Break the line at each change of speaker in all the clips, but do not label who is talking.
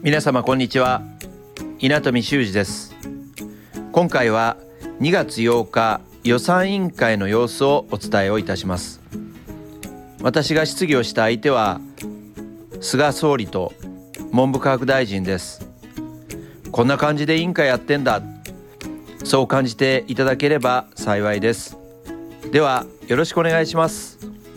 皆様こんにちは。稲富修二です。今回は2月8日予算委員会の様子をお伝えをいたします。私が質疑をした相手は菅総理と文部科学大臣です。こんな感じで委員会やってんだ、そう感じていただければ幸いです。ではよろしくお願いします。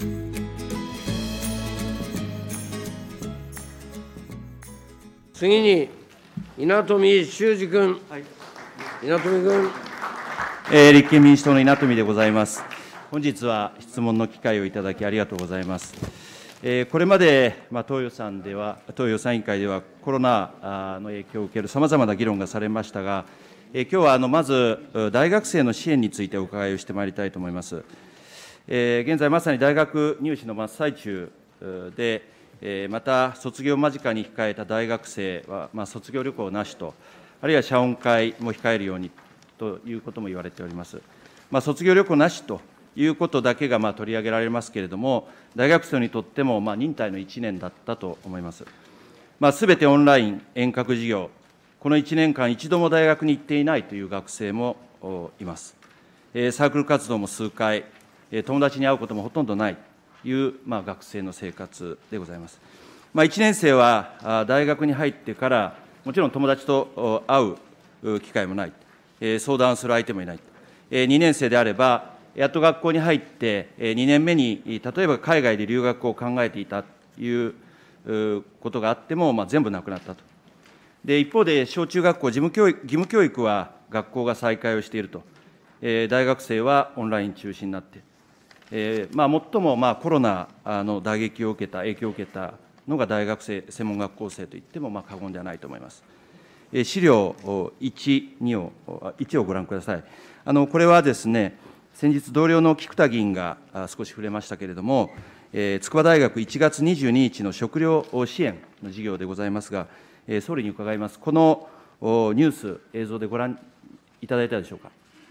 次に稲富修二君、稲富君。
立憲民主党の稲富でございます。本日は質問の機会をいただきありがとうございます。これまで、当予算委員会ではコロナの影響を受けるさまざまな議論がされましたが、今日はまず大学生の支援についてお伺いをしてまいりたいと思います。現在まさに大学入試の真っ最中で、また卒業間近に控えた大学生は、卒業旅行なしと、あるいは謝恩会も控えるようにということも言われております。卒業旅行なしということだけが取り上げられますけれども、大学生にとっても忍耐の1年だったと思います。すべてオンライン、遠隔授業、この1年間、一度も大学に行っていないという学生もいます。サークル活動も数回、友達に会うこともほとんどないという学生の生活でございます。1年生は大学に入ってから、もちろん友達と会う機会もない、相談する相手もいない。2年生であれば、やっと学校に入って、2年目に例えば海外で留学を考えていたということがあっても、全部なくなったと。一方で、小中学校、義務教育は学校が再開をしていると。大学生はオンライン中止になって、最もコロナの打撃を受けた、影響を受けたのが大学生、専門学校生といっても過言ではないと思います。資料1、2を、1をご覧ください。これはですね、先日、同僚の菊田議員が少し触れましたけれども、筑波大学1月22日の食料支援の事業でございますが、総理に伺います。このニュース、映像でご覧いただいたでしょうか。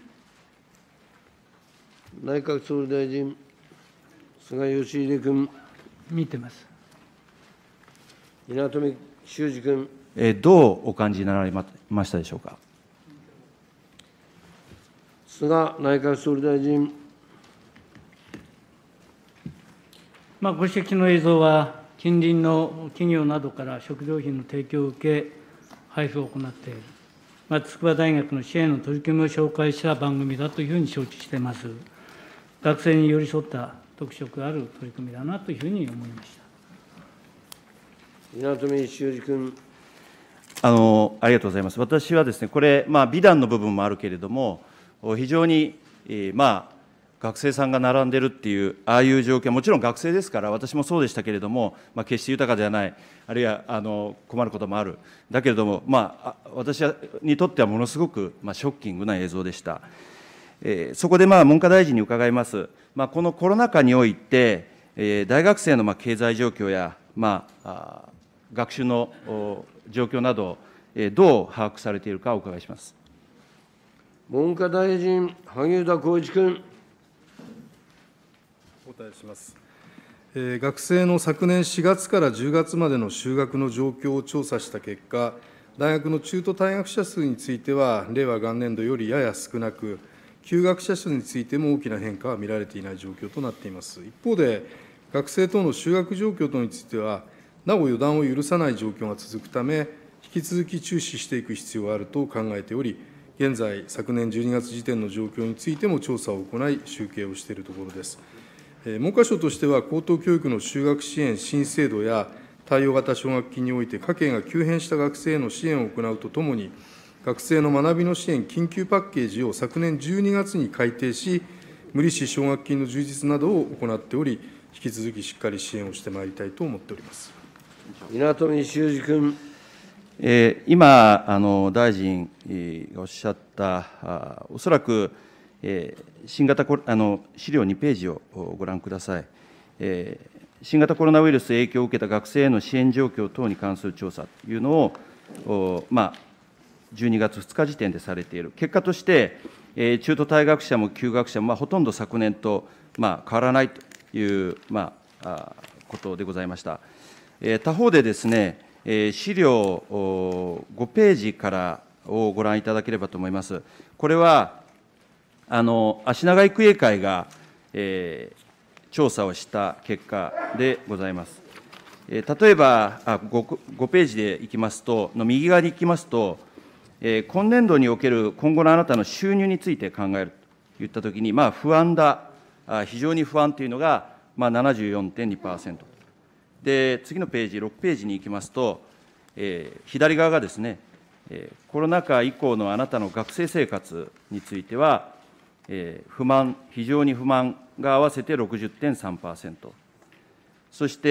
内閣総理大臣、菅義偉君。
見てます。
稲富修二君。
どうお感じになられましたでしょうか。
菅内閣総理大臣。
ご指摘の映像は、近隣の企業などから食料品の提供を受け、配布を行っている、筑波大学の支援の取り組みを紹介した番組だというふうに承知しています。学生に寄り添った特色ある取り組みだなというふうに思いました。
稲富修二君。
ありがとうございます。私はですね、これ、美談の部分もあるけれども、非常に、学生さんが並んでるっていう、ああいう状況、もちろん学生ですから、私もそうでしたけれども、決して豊かではない、あるいは困ることもある、だけれども、私にとってはものすごく、ショッキングな映像でした。そこで文科大臣に伺います。このコロナ禍において、大学生の経済状況や、学習の状況など、どう把握されているかお伺いします。
文科大臣、萩生田光一君。
お答えします。学生の昨年4月から10月までの就学の状況を調査した結果、大学の中途退学者数については、令和元年度よりやや少なく、休学者数についても大きな変化は見られていない状況となっています。一方で、学生等の就学状況等については、なお予断を許さない状況が続くため、引き続き注視していく必要があると考えており、現在、昨年12月時点の状況についても調査を行い、集計をしているところです。文科省としては、高等教育の就学支援新制度や、対応型奨学金において、家計が急変した学生への支援を行うとともに、学生の学びの支援緊急パッケージを昨年12月に改定し、無利子奨学金の充実などを行っており、引き続きしっかり支援をしてまいりたいと思っております。
稲富修二君。
今、大臣がおっしゃった、おそらく、新型コロ資料2ページをご覧ください。新型コロナウイルス影響を受けた学生への支援状況等に関する調査というのを、12月2日時点でされている。結果として、中途退学者も休学者も、ほとんど昨年と、変わらないという、ことでございました。他方でですね、 資料5ページからをご覧いただければと思います。これは、足長育英会が、調査をした結果でございます。例えば5ページでいきますと、右側に行きますと、今年度における今後のあなたの収入について考えるといったときに、不安だ、非常に不安というのが、74.2%。で、次のページ、6ページに行きますと、左側がですね、コロナ禍以降のあなたの学生生活については、不満、非常に不満が合わせて 60.3%。そして、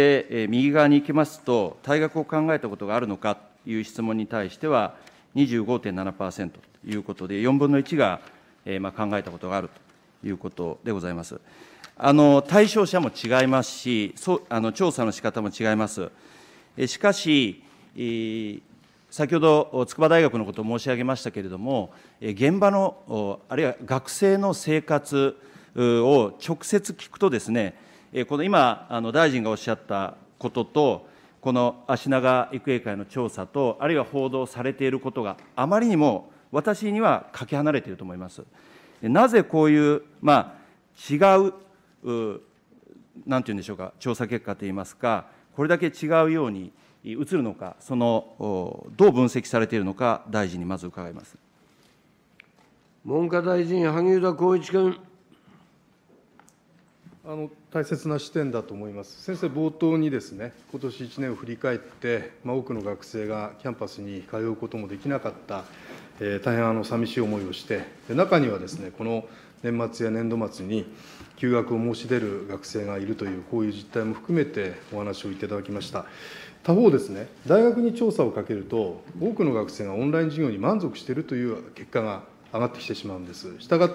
右側に行きますと、退学を考えたことがあるのかという質問に対しては、25.7% ということで、4分の1が、考えたことがあるということでございます。対象者も違いますし、調査の仕方も違います。しかし、先ほど筑波大学のことを申し上げましたけれども、現場の、あるいは学生の生活を直接聞くとですね、この今、大臣がおっしゃったことと、この足長育英会の調査と、あるいは報道されていることがあまりにも私にはかけ離れていると思います。なぜこういう、違う、なんていうんでしょうか、調査結果といいますか、これだけ違うように映るのか、どう分析されているのか、大臣にまず伺います。
文科大臣、萩生田光一君。
大切な視点だと思います。先生、冒頭にですね、今年1年を振り返って、多くの学生がキャンパスに通うこともできなかった、大変寂しい思いをして、中にはですね、この年末や年度末に休学を申し出る学生がいるという、こういう実態も含めてお話をいただきました。他方ですね、大学に調査をかけると、多くの学生がオンライン授業に満足しているという結果が上がってきてしまうんです。したがって、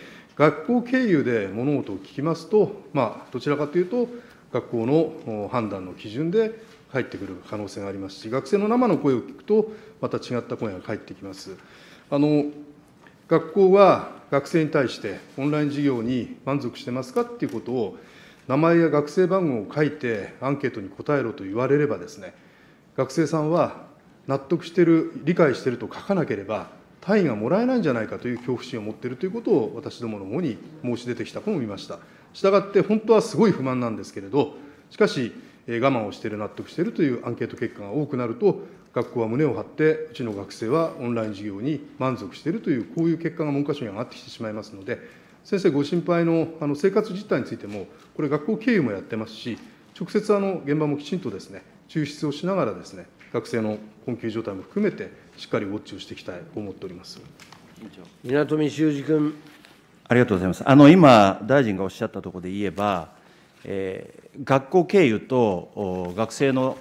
学校経由で物事を聞きますと、どちらかというと、学校の判断の基準で返ってくる可能性がありますし、学生の生の声を聞くと、また違った声が返ってきます。学校は学生に対して、オンライン授業に満足してますかっていうことを、名前や学生番号を書いて、アンケートに答えろと言われればですね、学生さんは納得している、理解していると書かなければ、単位がもらえないんじゃないかという恐怖心を持っているということを、私どもの方に申し出てきた子も見ました。したがって、本当はすごい不満なんですけれど、しかし、我慢をしている、納得しているというアンケート結果が多くなると、学校は胸を張って、うちの学生はオンライン授業に満足しているという、こういう結果が文科省に上がってきてしまいますので、先生ご心配の生活実態についても、これ、学校経由もやってますし、直接現場もきちんとですね、抽出をしながらですね、学生の困窮状態も含めて、しっかりウォッチをしていきたいと思っております。
稲富修二君。
ありがとうございます。今、大臣がおっしゃったところで言えば、学校経由と学生の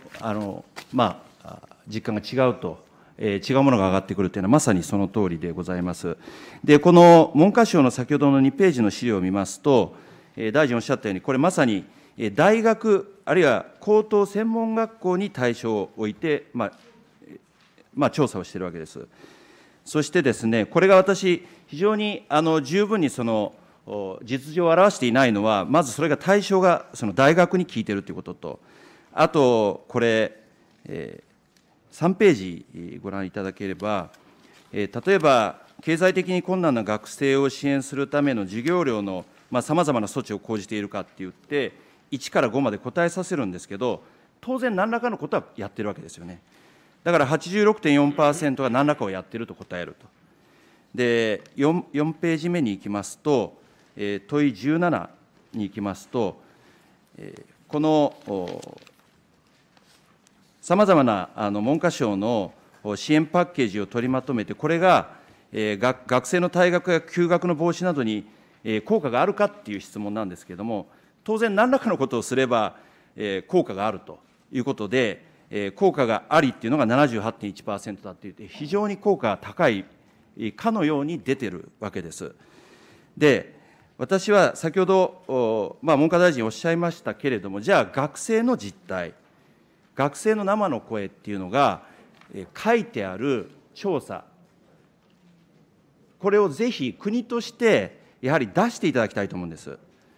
実感が違うと、違うものが上がってくるというのは、まさにその通りでございます。で、この文科省の先ほどの2ページの資料を見ますと、大臣おっしゃったように、これまさに大学、あるいは高等専門学校に対象を置いて、調査をしているわけです。そしてですね、これが私、非常に十分に実情を表していないのは、まずそれが対象が大学に聞いているということと、あと、これ、3ページご覧いただければ、例えば、経済的に困難な学生を支援するための授業料のさまざまな措置を講じているかって言って、1から5まで答えさせるんですけど、当然、何らかのことはやってるわけですよね。だから 86.4% が何らかをやっていると答えると。で、4ページ目に行きますと、問い17に行きますと、このさまざまな文科省の支援パッケージを取りまとめて、これが学生の退学や休学の防止などに効果があるかっていう質問なんですけれども、当然、何らかのことをすれば効果があるということで、効果がありっていうのが 78.1% だって言って、非常に効果が高いかのように出てるわけです。で、私は先ほど、文科大臣おっしゃいましたけれども、じゃあ学生の実態、学生の生の声っていうのが書いてある調査、これをぜひ国としてやはり出していただきたいと思うんです。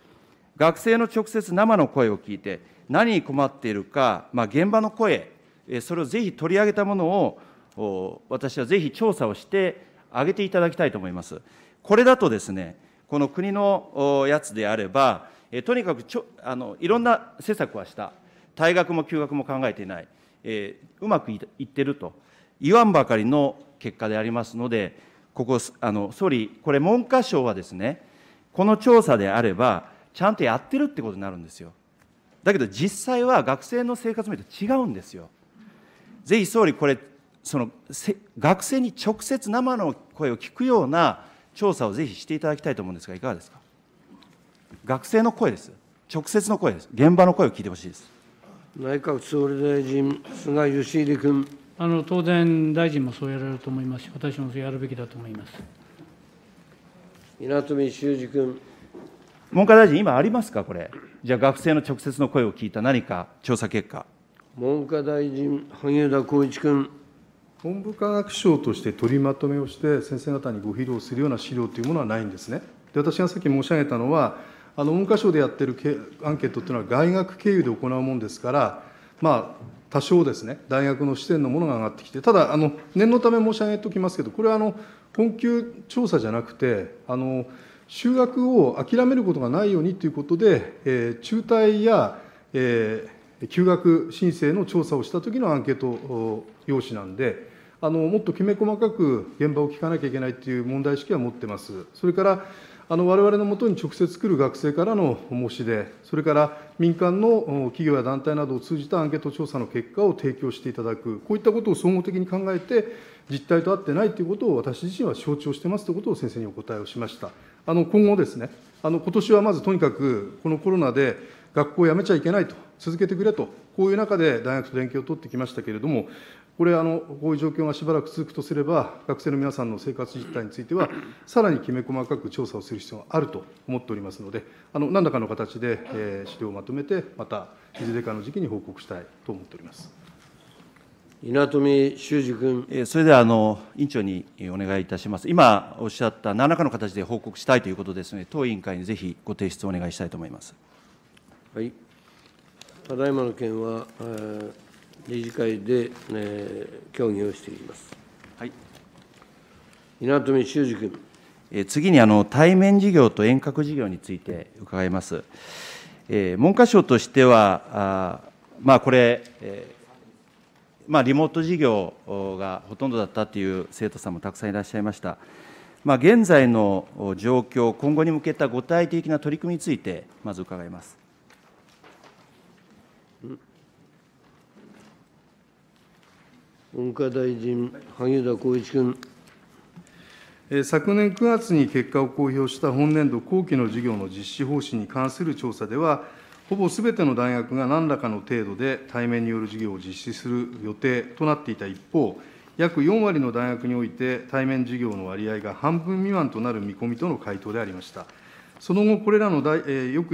学生の直接生の声を聞いて、何に困っているか、現場の声それをぜひ取り上げたものを、私はぜひ調査をしてあげていただきたいと思います。これだとですね、この国のやつであれば、とにかくいろんな施策はした、退学も休学も考えていない、うまくいってると言わんばかりの結果でありますので、ここ、総理、これ、文科省はですね、この調査であれば、ちゃんとやってるってことになるんですよ。だけど、実際は学生の生活面と違うんですよ。ぜひ総理、これ、学生に直接生の声を聞くような調査をぜひしていただきたいと思うんですが、いかがですか。学生の声です。直接の声です。現場の声を聞いてほしいです。
内閣総理大臣、菅義偉君。
当然、大臣もそうやられると思いますし、私もそうやるべきだと思います。
稲富修二君。
文科大臣、今ありますか、これ。じゃあ、学生の直接の声を聞いた何か調査結果。
文科大臣、萩生田光一君。
文部科学省として取りまとめをして、先生方にご披露するような資料というものはないんですね。で、私がさっき申し上げたのは、文科省でやっているアンケートというのは、外学経由で行うものですから、多少ですね、大学の視点のものが上がってきて、ただ、念のため申し上げておきますけど、これは困窮調査じゃなくて、就学を諦めることがないようにということで、中退や、休学申請の調査をしたときのアンケート用紙なんで、もっときめ細かく現場を聞かなきゃいけないという問題意識は持ってます。それからわれわれのもとに直接来る学生からの申し出、それから民間の企業や団体などを通じたアンケート調査の結果を提供していただく、こういったことを総合的に考えて、実態と合ってないということを私自身は承知をしてますということを先生にお答えをしました。今後ですね、今年はまずとにかく、このコロナで学校を辞めちゃいけないと、続けてくれと、こういう中で大学と連携を取ってきましたけれども、これ、こういう状況がしばらく続くとすれば、学生の皆さんの生活実態については、さらにきめ細かく調査をする必要があると思っておりますので、何らかの形で、資料をまとめて、またいずれかの時期に報告したいと思っております。
稲富修二君。
それでは委員長にお願いいたします。今おっしゃった何らかの形で報告したいということですので、当委員会にぜひご提出をお願いしたいと思います。
はい。ただいまの件は、理事会で、協議をしています。
はい。
稲富修二君。
次に対面授業と遠隔授業について伺います。文科省としては、これ、リモート授業がほとんどだったという生徒さんもたくさんいらっしゃいました。現在の状況、今後に向けた具体的な取り組みについて、まず伺います。
文科大臣、萩生田光一君。
昨年9月に結果を公表した本年度後期の授業の実施方針に関する調査では、ほぼすべての大学が何らかの程度で対面による授業を実施する予定となっていた一方、約4割の大学において対面授業の割合が半分未満となる見込みとの回答でありました。その後、これらの約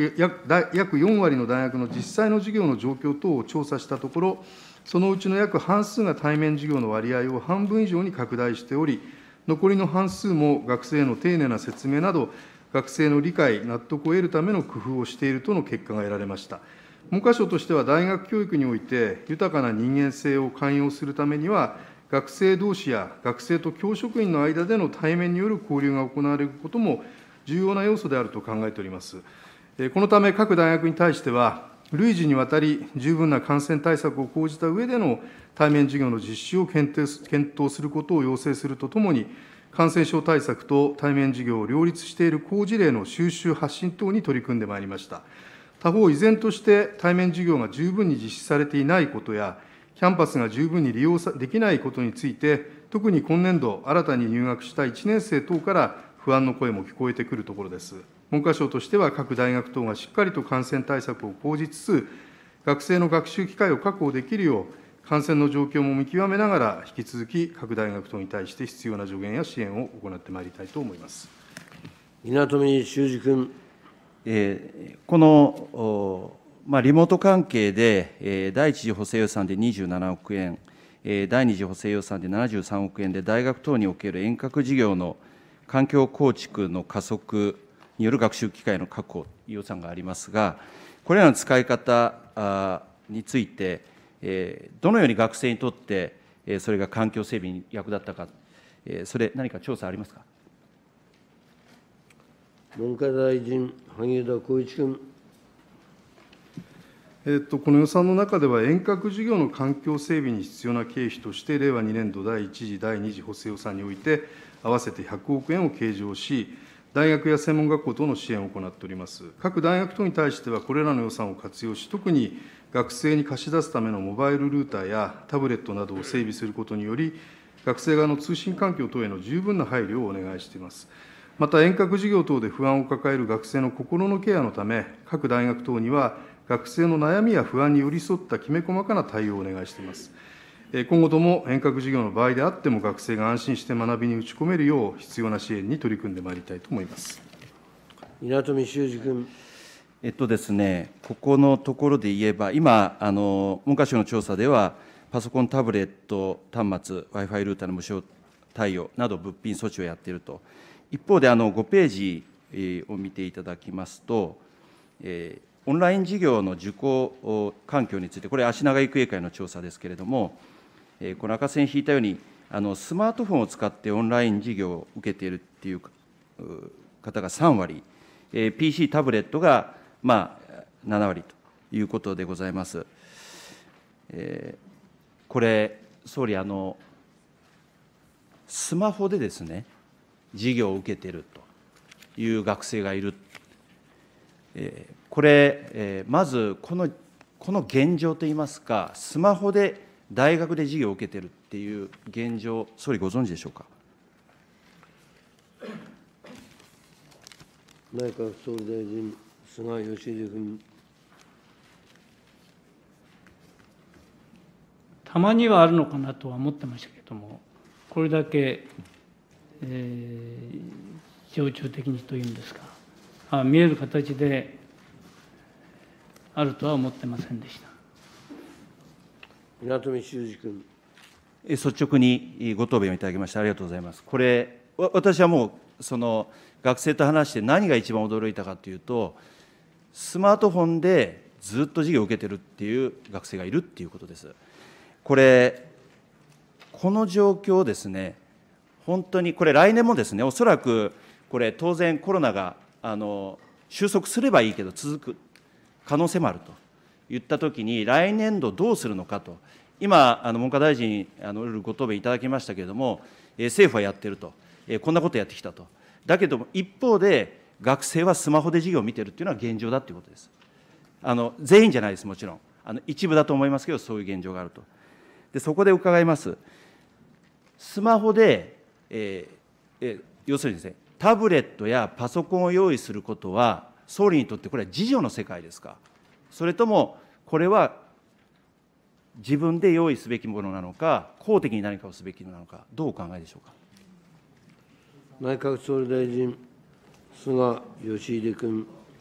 4割の大学の実際の授業の状況等を調査したところ、そのうちの約半数が対面授業の割合を半分以上に拡大しており、残りの半数も学生への丁寧な説明など、学生の理解、納得を得るための工夫をしているとの結果が得られました。文科省としては、大学教育において豊かな人間性を寛容するためには、学生同士や学生と教職員の間での対面による交流が行われることも重要な要素であると考えております。このため、各大学に対しては、累次にわたり十分な感染対策を講じた上での対面授業の実施を検討することを要請するとともに、感染症対策と対面授業を両立している好事例の収集・発信等に取り組んでまいりました。他方、依然として対面授業が十分に実施されていないことや、キャンパスが十分に利用できないことについて、特に今年度、新たに入学した1年生等から不安の声も聞こえてくるところです。文科省としては、各大学等がしっかりと感染対策を講じつつ、学生の学習機会を確保できるよう、感染の状況も見極めながら、引き続き各大学等に対して必要な助言や支援を行ってまいりたいと思います。
稲富修二君。
このリモート関係で、第一次補正予算で27億円、第二次補正予算で73億円で、大学等における遠隔授業の環境構築の加速による学習機会の確保予算がありますが、これらの使い方について、 どのように学生にとってそれが環境整備に役立ったか、それ、何か調査ありますか。
文科大臣、萩生田光一君。
この予算の中では、遠隔授業の環境整備に必要な経費として、令和2年度第1次、第2次補正予算において、合わせて100億円を計上し、大学や専門学校等の支援を行っております。各大学等に対しては、これらの予算を活用し、特に学生に貸し出すためのモバイルルーターやタブレットなどを整備することにより、学生側の通信環境等への十分な配慮をお願いしています。また、遠隔授業等で不安を抱える学生の心のケアのため、各大学等には、学生の悩みや不安に寄り添ったきめ細かな対応をお願いしています。今後とも遠隔授業の場合であっても、学生が安心して学びに打ち込めるよう、必要な支援に取り組んでまいりたいと思います。
稲富修二君。
ですね、ここのところで言えば、今、文科省の調査では、パソコン、タブレット、端末、Wi-Fi ルーターの無償対応など、物品措置をやっていると。一方で、5ページを見ていただきますと、オンライン授業の受講環境について、これ、足長育英会の調査ですけれども、この赤線引いたように、スマートフォンを使ってオンライン授業を受けているっていう方が3割、PC、タブレットが7割ということでございます。これ、総理、スマホでですね、授業を受けているという学生がいる。これ、まずこの現状といいますか、スマホで大学で授業を受けているっていう現状、総理、ご存知でしょうか。
内閣総理大臣、菅義偉君。
たまにはあるのかなとは思ってましたけれども、これだけ、象徴的にというんですか、見える形であるとは思ってませんでした。
稲富修二君。
率直にご答弁をいただきましてありがとうございます。これ、私はもう、学生と話して何が一番驚いたかというと、スマートフォンでずっと授業を受けてるっていう学生がいるっていうことです。この状況をですね、本当に、これ、来年もですね、おそらく、これ、当然、コロナが収束すればいいけど、続く可能性もあるといったときに、来年度どうするのかと、今、文科大臣、ご答弁いただきましたけれども、政府はやってると、こんなことやってきたと。だけども、一方で、学生はスマホで授業を見てるっていうのは現状だということです。全員じゃないです、もちろん。一部だと思いますけど、そういう現状があると。で、そこで伺います。スマホで、要するにですね、タブレットやパソコンを用意することは、総理にとってこれは自助の世界ですか、それともこれは自分で用意すべきものなのか、公的に何かをすべきなのか、どうお考えでしょうか。
内閣総理大臣、菅義偉君。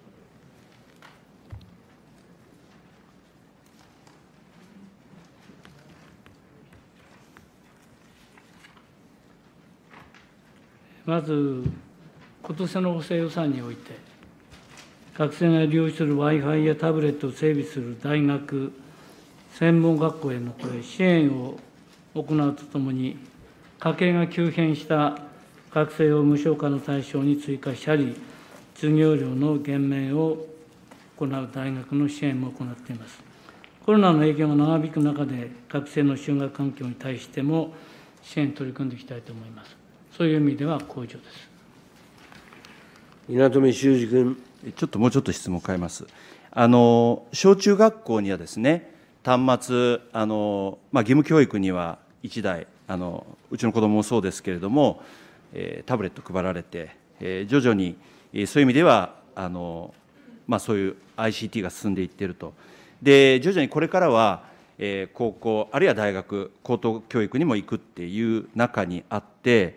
まず、今年の補正予算において、学生が利用する Wi-Fi やタブレットを整備する大学、専門学校への支援を行うとともに、家計が急変した学生を無償化の対象に追加したり、授業料の減免を行う大学の支援も行っています。コロナの影響が長引く中で、学生の就学環境に対しても支援に取り組んでいきたいと思います。そういう意味では好調です。
稲富修二君。
もうちょっと質問を変えます。小中学校にはですね、端末、義務教育には1台、うちの子どももそうですけれども、タブレット配られて、徐々にそういう意味では、そういう ICT が進んでいっていると。で、徐々にこれからは、高校、あるいは大学、高等教育にも行くっていう中にあって、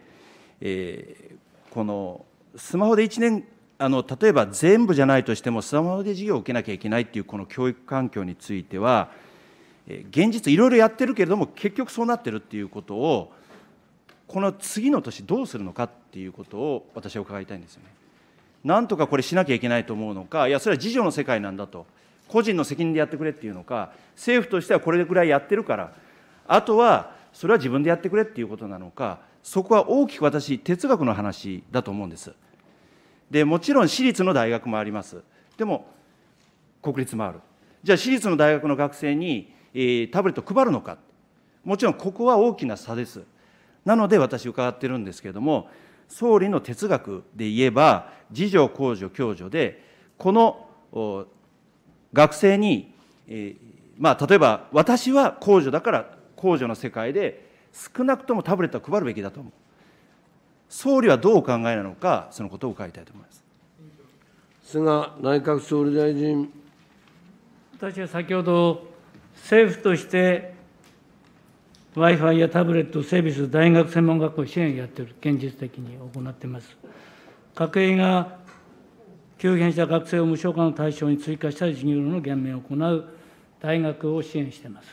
このスマホで1年、例えば全部じゃないとしても、スマホで授業を受けなきゃいけないっていうこの教育環境については、現実いろいろやってるけれども、結局そうなってるっていうことを、この次の年どうするのかっていうことを私は伺いたいんですよね。なんとかこれしなきゃいけないと思うのか、いや、それは自助の世界なんだと、 個人の責任でやってくれっていうのか、政府としてはこれぐらいやってるから、あとはそれは自分でやってくれっていうことなのか、そこは大きく私、哲学の話だと思うんです。でもちろん私立の大学もあります。でも国立もある。じゃあ私立の大学の学生に、タブレットを配るのか。もちろんここは大きな差です。なので私伺ってるんですけれども、総理の哲学で言えば、自助、公助、共助で、この学生に、例えば私は公助だから公助の世界で少なくともタブレットを配るべきだと思う。総理はどうお考えなのか、そのことを伺いたいと思います。
菅内閣総理大臣。
私は先ほど、政府として Wi-Fi やタブレットを整備する大学専門学校支援をやっている、現実的に行っています。家計が急変した学生を無償化の対象に追加した授業料の減免を行う大学を支援しています。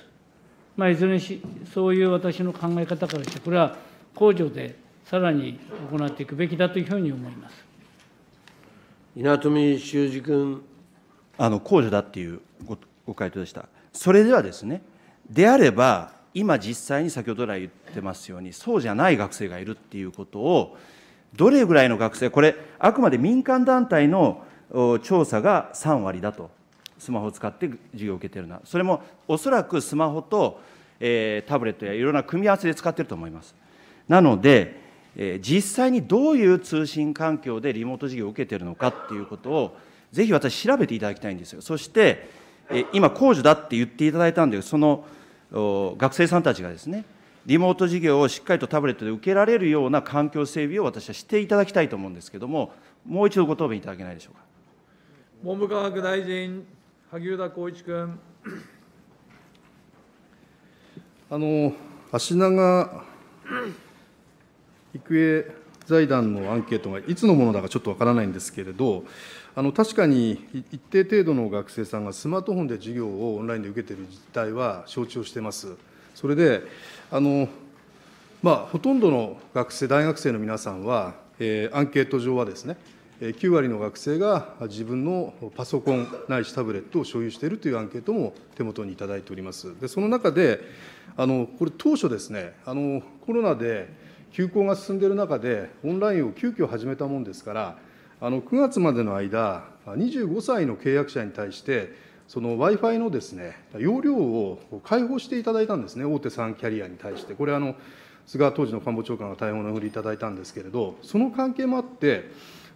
いずれにそういう私の考え方からして、これは公助でさらに行っていくべきだというふうに思います。
稲富修二君。
公助だっていうご回答でした。それではですね、であれば、今実際に先ほど来言ってますように、そうじゃない学生がいるっていうことを、どれぐらいの学生、これ、あくまで民間団体の調査が3割だと、スマホを使って授業を受けているな、それもおそらくスマホと、タブレットやいろんな組み合わせで使っていると思います。なので、実際にどういう通信環境でリモート授業を受けているのかっていうことを、ぜひ私、調べていただきたいんですよ。そして、今、公助だって言っていただいたんで、その学生さんたちがですね、リモート授業をしっかりとタブレットで受けられるような環境整備を私はしていただきたいと思うんですけれども、もう一度ご答弁いただけないでしょうか。
文部科学大臣、萩生田光一君。
足長育英財団のアンケートがいつのものだかちょっとわからないんですけれど、確かに一定程度の学生さんがスマートフォンで授業をオンラインで受けている実態は承知をしています。それでほとんどの学生、大学生の皆さんは、アンケート上はですね、9割の学生が自分のパソコンないしタブレットを所有しているというアンケートも手元にいただいております。でその中で、これ、当初ですね、コロナで休校が進んでいる中で、オンラインを急遽始めたもんですから、9月までの間、25歳の契約者に対して、その Wi-Fi のですね、容量を開放していただいたんですね、大手3キャリアに対して。これ、菅当時の官房長官が対応の振りいただいたんですけれど、その関係もあって、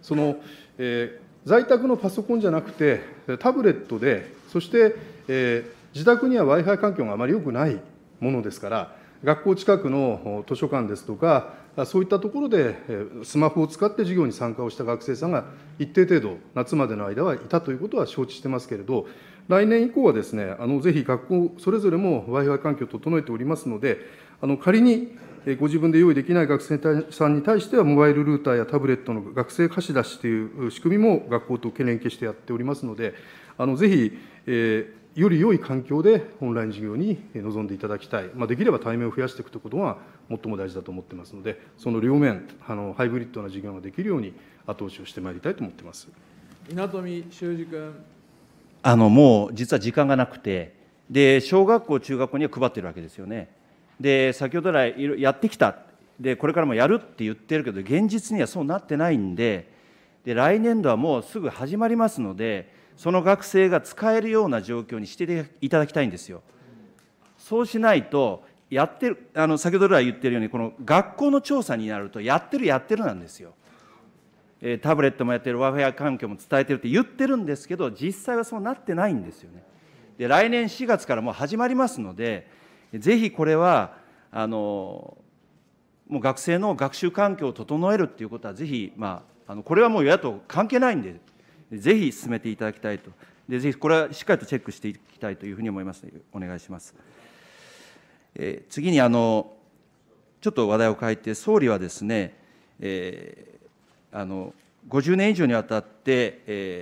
在宅のパソコンじゃなくて、タブレットで、そして、自宅には Wi-Fi 環境があまり良くないものですから、学校近くの図書館ですとか、そういったところでスマホを使って授業に参加をした学生さんが一定程度、夏までの間はいたということは承知してますけれど、来年以降はですね、ぜひ学校それぞれも Wi-Fi 環境を整えておりますので、仮にご自分で用意できない学生さんに対しては、モバイルルーターやタブレットの学生貸し出しという仕組みも学校と連携してやっておりますので、ぜひ、より良い環境でオンライン授業に臨んでいただきたい、できれば対面を増やしていくということが最も大事だと思ってますので、その両面、ハイブリッドな授業ができるように後押しをしてまいりたいと思ってます。
稲富修二君。
もう実は時間がなくて、で小学校、中学校には配ってるわけですよね。で先ほど来やってきた、でこれからもやるって言ってるけど、現実にはそうなってないんで、来年度はもうすぐ始まりますので、その学生が使えるような状況にしていただきたいんですよ。そうしないと、やってる、先ほど来言ってるように、この学校の調査になると、やってるなんですよ。タブレットもやってる、Wi-Fi 環境も伝えてるって言ってるんですけど、実際はそうなってないんですよね。で来年4月からもう始まりますので、ぜひこれはもう学生の学習環境を整えるっていうことは、ぜひ、これはもう与野党関係ないんで、ぜひ進めていただきたいと。でぜひこれはしっかりとチェックしていきたいというふうに思いますので、お願いします。次にちょっと話題を変えて、総理はですね、50年以上にわたって、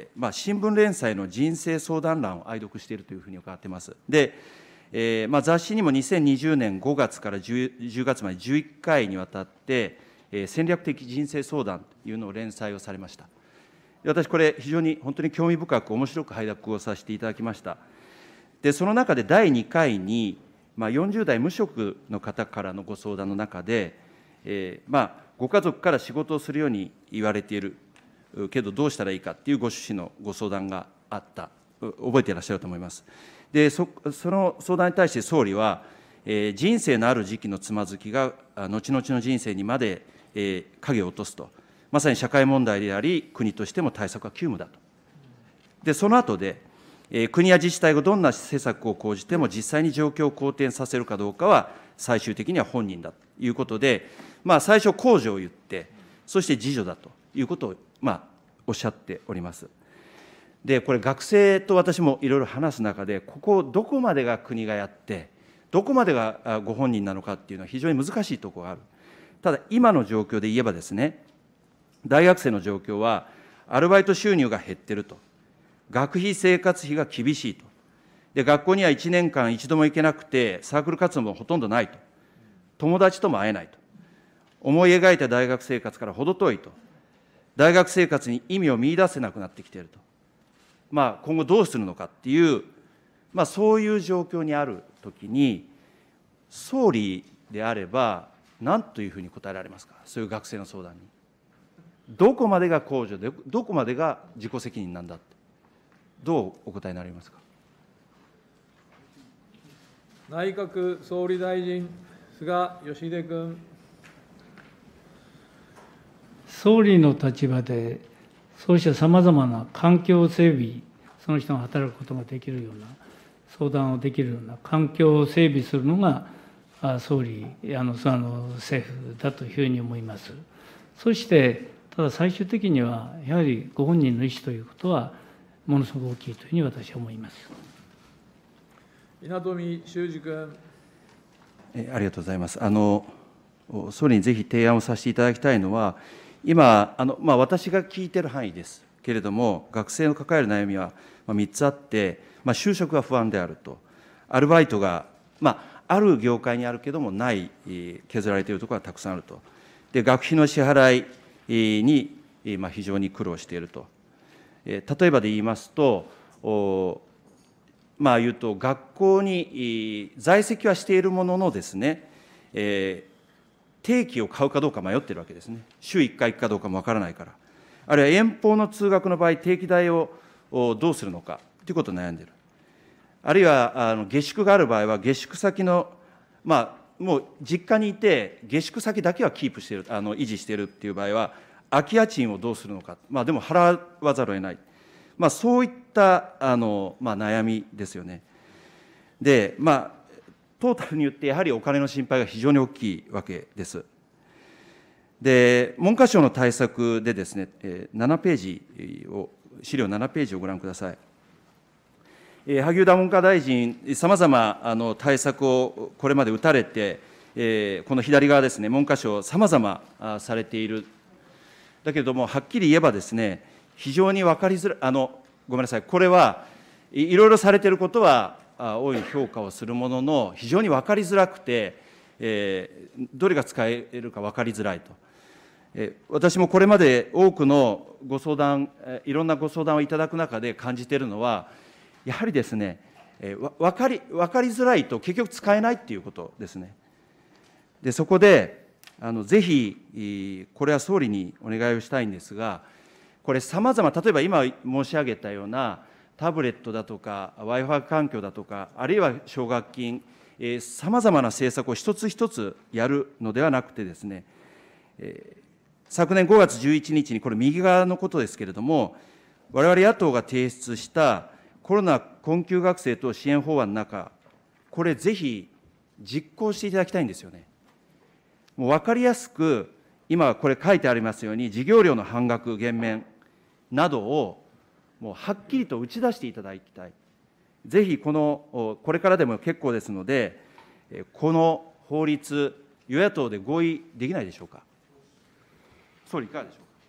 新聞連載の人生相談欄を愛読しているというふうに伺っています。で、雑誌にも2020年5月から10月まで11回にわたって、戦略的人生相談というのを連載をされました。 私、これ、非常に本当に興味深く、面白く拝読をさせていただきました。で、その中で第2回に、40代無職の方からのご相談の中で、ご家族から仕事をするように言われているけど、どうしたらいいかっていうご趣旨のご相談があった、覚えていらっしゃると思います。で、その相談に対して総理は、人生のある時期のつまずきが、後々の人生にまで影を落とすと、まさに社会問題であり、国としても対策は急務だと。で、その後で、国や自治体がどんな施策を講じても、実際に状況を好転させるかどうかは、最終的には本人だということで、最初、公助を言って、そして自助だということを、おっしゃっております。で、これ、学生と私もいろいろ話す中で、ここ、どこまでが国がやって、どこまでがご本人なのかっていうのは、非常に難しいところがある。ただ、今の状況で言えばですね、大学生の状況は、アルバイト収入が減ってると。学費、生活費が厳しいと。で、学校には1年間一度も行けなくて、サークル活動もほとんどないと。友達とも会えないと。思い描いた大学生活から程遠いと。大学生活に意味を見出せなくなってきていると。今後どうするのかっていう、そういう状況にあるときに、総理であれば、何というふうに答えられますか、そういう学生の相談に。どこまでが公助で、どこまでが自己責任なんだって、どうお答えになりますか。
内閣総理大臣、菅義偉君。
総理の立場で、そうしたさまざまな環境整備、その人が働くことができるような、相談をできるような環境を整備するのが、総理、政府だというふうに思います。そして、ただ最終的には、やはりご本人の意思ということは、ものすごく大きいというふうに私は思います。
稲富修二君。
ありがとうございます。総理にぜひ提案をさせていただきたいのは、今、私が聞いている範囲ですけれども、学生の抱える悩みは3つあって、就職が不安であると、アルバイトが、ある業界にあるけどもない、削られているところがたくさんあると。で、学費の支払いに、非常に苦労していると。例えばで言いますと、言うと、学校に在籍はしているもののですね、定期を買うかどうか迷っているわけですね。週1回行くかどうかもわからないから。あるいは遠方の通学の場合、定期代をどうするのかということを悩んでいる。あるいは下宿がある場合は、下宿先の、もう実家にいて、下宿先だけはキープしている、維持しているっていう場合は、空き家賃をどうするのか、でも払わざるを得ない。そういった悩みですよね。で、トータルによってやはりお金の心配が非常に大きいわけです。で、文科省の対策でですね、7ページを、資料7ページをご覧ください。萩生田文科大臣、さまざま対策をこれまで打たれて、この左側ですね、文科省、さまざまされている。だけれども、はっきり言えばですね、非常に分かりづらい、ごめんなさい、これはいろいろされていることは大いに評価をするものの、非常に分かりづらくて、どれが使えるか分かりづらいと。私もこれまで多くのご相談、いろんなご相談をいただく中で感じているのは、やはりですね、分かりづらいと結局使えないっていうことですね。で、そこで、ぜひ、これは総理にお願いをしたいんですが、これ、さまざま、例えば今申し上げたようなタブレットだとか、Wi-Fi 環境だとか、あるいは奨学金、さまざまな政策を一つ一つやるのではなくてですね、昨年5月11日に、これ、右側のことですけれども、我々野党が提出したコロナ困窮学生等支援法案の中、これ、ぜひ実行していただきたいんですよね。もう分かりやすく、今、これ書いてありますように、授業料の半額減免などを、もうはっきりと打ち出していただきたい。ぜひこれからでも結構ですので、この法律、与野党で合意できないでしょうか。総理、いかがでしょうか。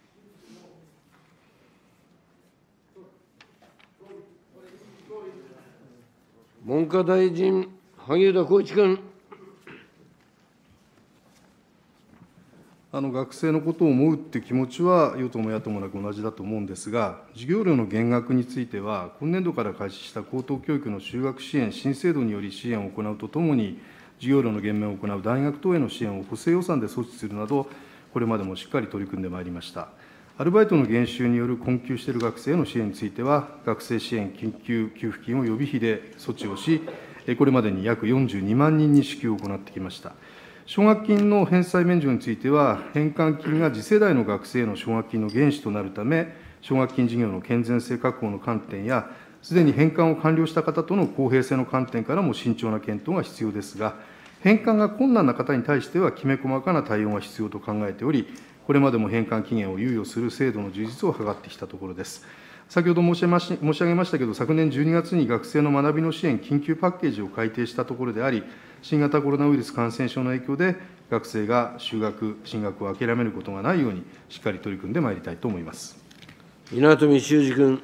文科大臣、萩生田光一君。
学生のことを思うっていう気持ちは、与党も野党もなく同じだと思うんですが、授業料の減額については、今年度から開始した高等教育の就学支援新制度により支援を行うとともに、授業料の減免を行う大学等への支援を補正予算で措置するなど、これまでもしっかり取り組んでまいりました。アルバイトの減収による困窮している学生への支援については、学生支援緊急給付金を予備費で措置をし、これまでに約42万人に支給を行ってきました。奨学金の返済免除については、返還金が次世代の学生への奨学金の原資となるため、奨学金事業の健全性確保の観点や、すでに返還を完了した方との公平性の観点からも慎重な検討が必要ですが、返還が困難な方に対しては、きめ細かな対応が必要と考えており、これまでも返還期限を猶予する制度の充実を図ってきたところです。先ほど申し上げましたけれど、昨年12月に学生の学びの支援緊急パッケージを改定したところであり、新型コロナウイルス感染症の影響で、学生が就学、進学を諦めることがないように、しっかり取り組んでまいりたいと思います。
稲富修二君。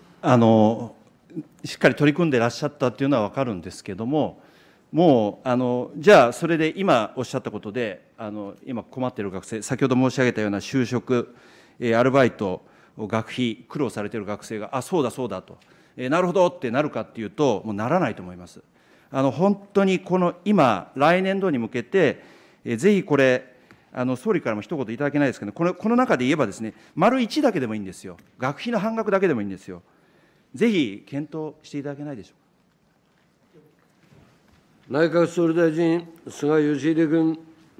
しっかり取り組んでいらっしゃったというのは分かるんですけれども、もうじゃあ、それで今おっしゃったことで、今困っている学生、先ほど申し上げたような就職、アルバイト、学費、苦労されている学生が、そうだそうだと、なるほどってなるかっていうと、もうならないと思います。本当にこの今、来年度に向けて、ぜひこれ、総理からも一言いただけないですけど、この中で言えばですね、丸1だけでもいいんですよ。学費の半額だけでもいいんですよ。ぜひ検討していただけないでしょうか。
内閣総理大臣、菅義偉君。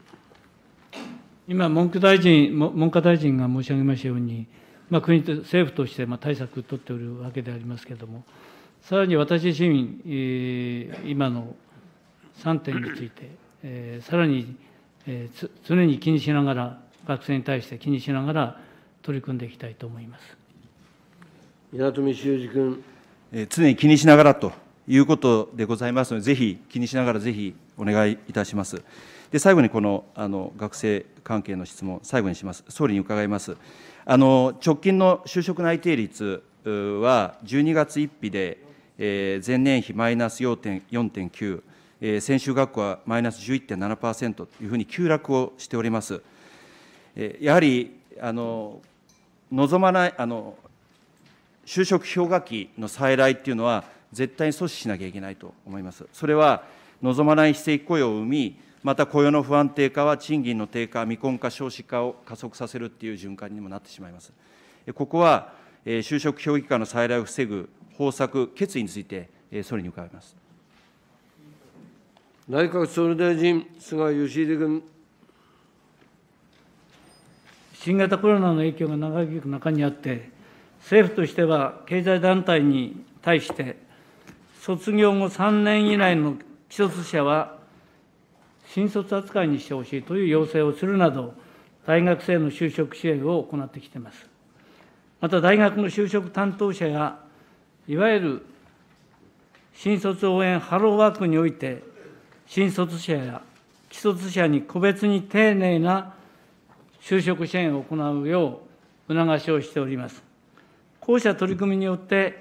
今、文科大臣が申し上げましたように、国と政府として対策を取っておるわけでありますけれども、さらに私自身、今の3点について、さらに常に気にしながら、学生に対して気にしながら取り組んでいきたいと思います。
稲富修二君。
常に気にしながらということでございますので、ぜひ気にしながらぜひお願いいたします。で、最後にこの学生関係の質問、最後にします。総理に伺います。直近の就職内定率は12月1日で、前年比マイナス 4.9、専修学校はマイナス 11.7% というふうに急落をしております。やはり望まない就職氷河期の再来っていうのは、絶対に阻止しなきゃいけないと思います。それは望まない非正規雇用を生み、また雇用の不安定化は賃金の低下、未婚化、少子化を加速させるっていう循環にもなってしまいます。ここは就職氷河期化の再来を防ぐ方策、決意について総理に伺います。
内閣総理大臣、菅義偉君。
新型コロナの影響が長引く中にあって、政府としては経済団体に対して、卒業後3年以内の既卒者は新卒扱いにしてほしいという要請をするなど、大学生の就職支援を行ってきています。また、大学の就職担当者や、いわゆる新卒応援ハローワークにおいて、新卒者や既卒者に個別に丁寧な就職支援を行うよう促しをしております。こうした取り組みによって、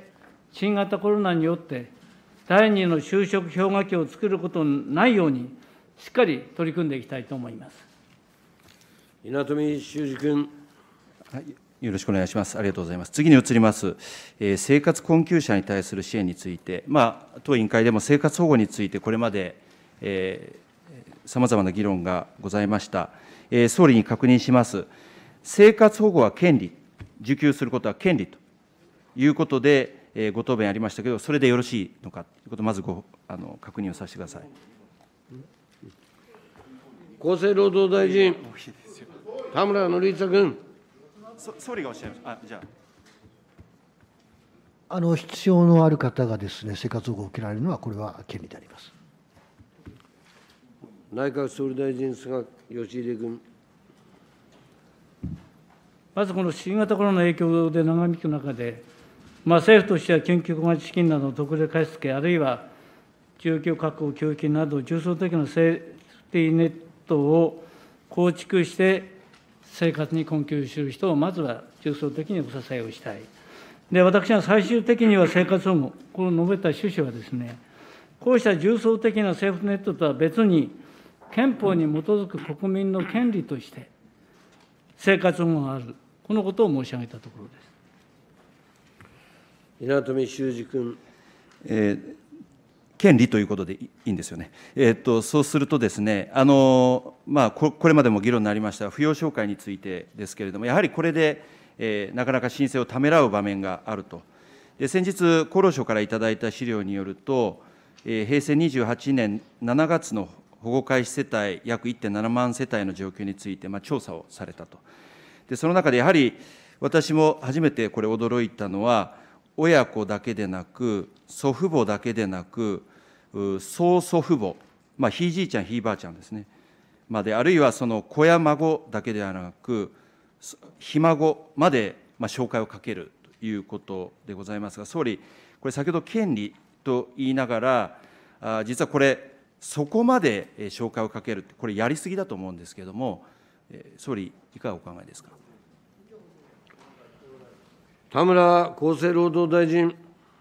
新型コロナによって第2の就職氷河期を作ることのないように、しっかり取り組んでいきたいと思います。
稲富修二君。
よろしくお願いします。ありがとうございます。次に移ります。生活困窮者に対する支援について、当委員会でも生活保護について、これまでさまざまな議論がございました。総理に確認します。生活保護は権利、受給することは権利ということで、ご答弁ありましたけれども、それでよろしいのかということをまず確認をさせてください。
厚生労働大臣、田村憲一君。
総理がおっしゃいます。じゃ
あ。必要のある方がですね、生活保護を受けられるのは、これは権利であります。
内閣総理大臣、菅義偉君。
まずこの新型コロナの影響で長引く中で、政府としては緊急小型資金などの特例貸付、あるいは住居確保給付金など、重層的なセーフティーネットを構築して、生活に困窮する人をまずは重層的にお支えをしたい。で、私は最終的には生活保護、この述べた趣旨はですね、こうした重層的なセーフティーネットとは別に、憲法に基づく国民の権利として、 生活保護がある、このことを申し上げたところです。
稲富修二君。
権利ということでいいんですよね。そうするとですね、これまでも議論になりました扶養照会についてですけれども、やはりこれで、なかなか申請をためらう場面があると。で先日、厚労省からいただいた資料によると、平成28年7月の保護開始世帯約 1.7 万世帯の状況について、調査をされたと。でその中でやはり私も初めてこれ驚いたのは、親子だけでなく、祖父母だけでなく、曽祖父母、ひいじいちゃん、ひいばあちゃんですね、あるいはその子や孫だけではなく、ひ孫まで照会をかけるということでございますが、総理、これ、先ほど権利と言いながら、実はこれ、そこまで照会をかける、これ、やりすぎだと思うんですけれども、総理、いかがお考えですか。
田村厚生労働大臣。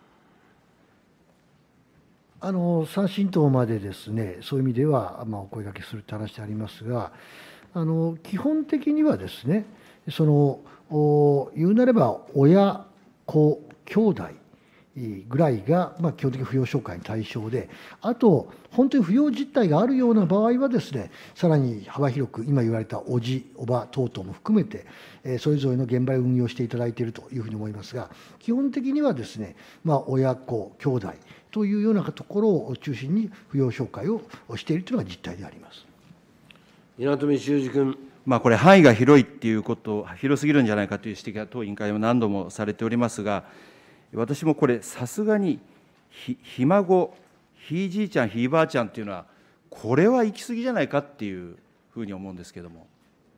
3審等までですね、そういう意味では、お声掛けするという話でありますが、基本的にはですね、言うなれば、親、子、兄弟ぐらいが、基本的に扶養照会に対象で、あと、本当に扶養実態があるような場合はですね、さらに幅広く、今言われたおじ、おば等々も含めて、それぞれの現場で運用していただいているというふうに思いますが、基本的にはですね、親子、兄弟というようなところを中心に扶養照会をしているというのが実態であります。
稲富修二君。
これ、範囲が広いっていうこと、広すぎるんじゃないかという指摘が当委員会でも何度もされておりますが、私もこれ、さすがにひ孫、ひいじいちゃん、ひいばあちゃんっていうのは、これは行き過ぎじゃないかっていうふうに思うんですけれども。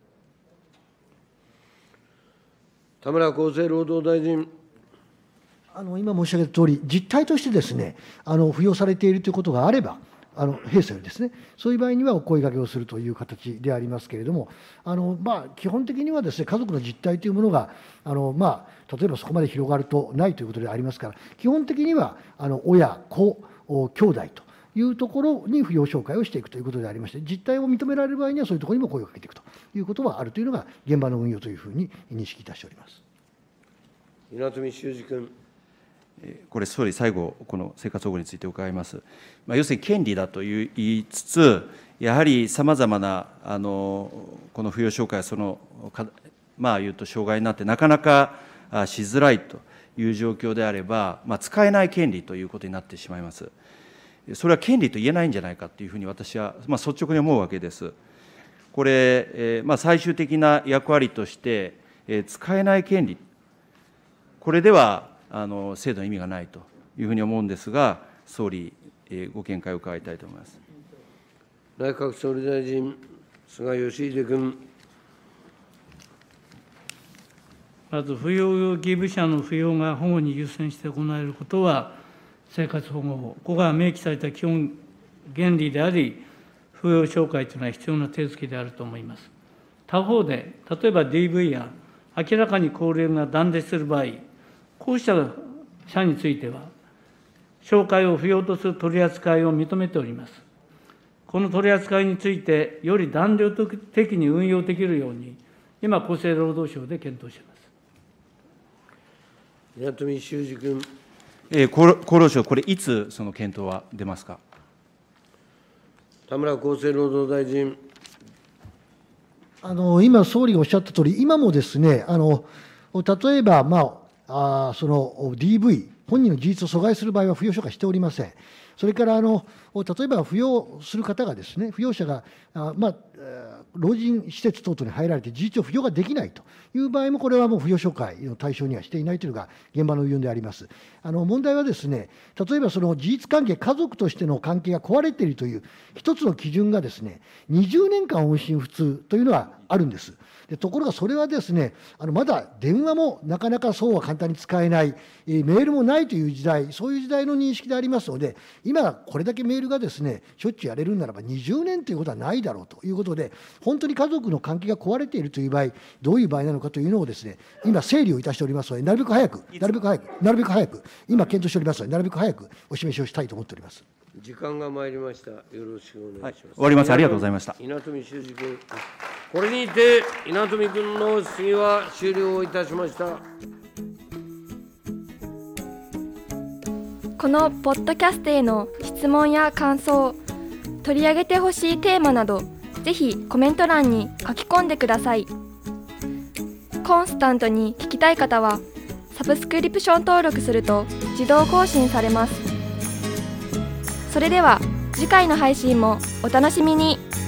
田村厚生労働大臣。
今申し上げたとおり、実態としてですね、扶養されているということがあれば、弊社よりですね、そういう場合にはお声掛けをするという形でありますけれども、基本的にはですね、家族の実態というものが、例えばそこまで広がるとないということでありますから、基本的には親、子、兄弟というところに扶養照会をしていくということでありまして、実態を認められる場合には、そういうところにも声をかけていくということはあるというのが、現場の運用というふうに認識いたしております。
稲富修二君。
これ、総理、最後、この生活保護について伺います。要するに権利だと言いつつ、やはりさまざまなこの扶養照会は言うと障害になって、なかなかしづらいという状況であれば、使えない権利ということになってしまいます。それは権利と言えないんじゃないかというふうに私は率直に思うわけです。これ、最終的な役割として、使えない権利、これでは制度の意味がないというふうに思うんですが、総理、ご見解を伺いたいと思います。
内閣総理大臣、菅義偉君。
まず、扶養義務者の扶養が保護に優先して行われることは、生活保護法、ここが明記された基本原理であり、扶養照会というのは必要な手続きであると思います。他方で、例えば DV や明らかに高齢が断絶する場合、こうした者については、照会を不要とする取り扱いを認めております。この取り扱いについて、より弾力的に運用できるように、今、厚生労働省で検討しています。
稲富修二君。
厚労省、これ、いつその検討は出ますか。
田村厚生労働大臣。
今、総理がおっしゃったとおり、今もですね、例えば、その DV、本人の事実を阻害する場合は扶養照会しておりません。それから例えば扶養する方がですね、扶養者が老人施設等々に入られて事実上扶養ができないという場合も、これはもう扶養照会の対象にはしていないというのが現場の運用であります。問題はですね、例えばその事実関係、家族としての関係が壊れているという一つの基準がですね、20年間音信不通というのはあるんです。ところがそれはですね、まだ電話もなかなかそうは簡単に使えない、メールもないという時代、そういう時代の認識でありますので、今、これだけメールがですね、しょっちゅうやれるならば、20年ということはないだろうということで、本当に家族の関係が壊れているという場合、どういう場合なのかというのをですね、今、整理をいたしておりますので、なるべく早く、今、検討しておりますので、なるべく早くお示しをしたいと思っております。
時間が参りました。よろしくお願いします。
終わります。ありがとうございました。
稲富修二君。 これにて稲富君の質疑は終了いたしました。
このポッドキャストへの質問や感想、取り上げてほしいテーマなど、ぜひコメント欄に書き込んでください。コンスタントに聞きたい方は、サブスクリプション登録すると自動更新されます。それでは次回の配信もお楽しみに。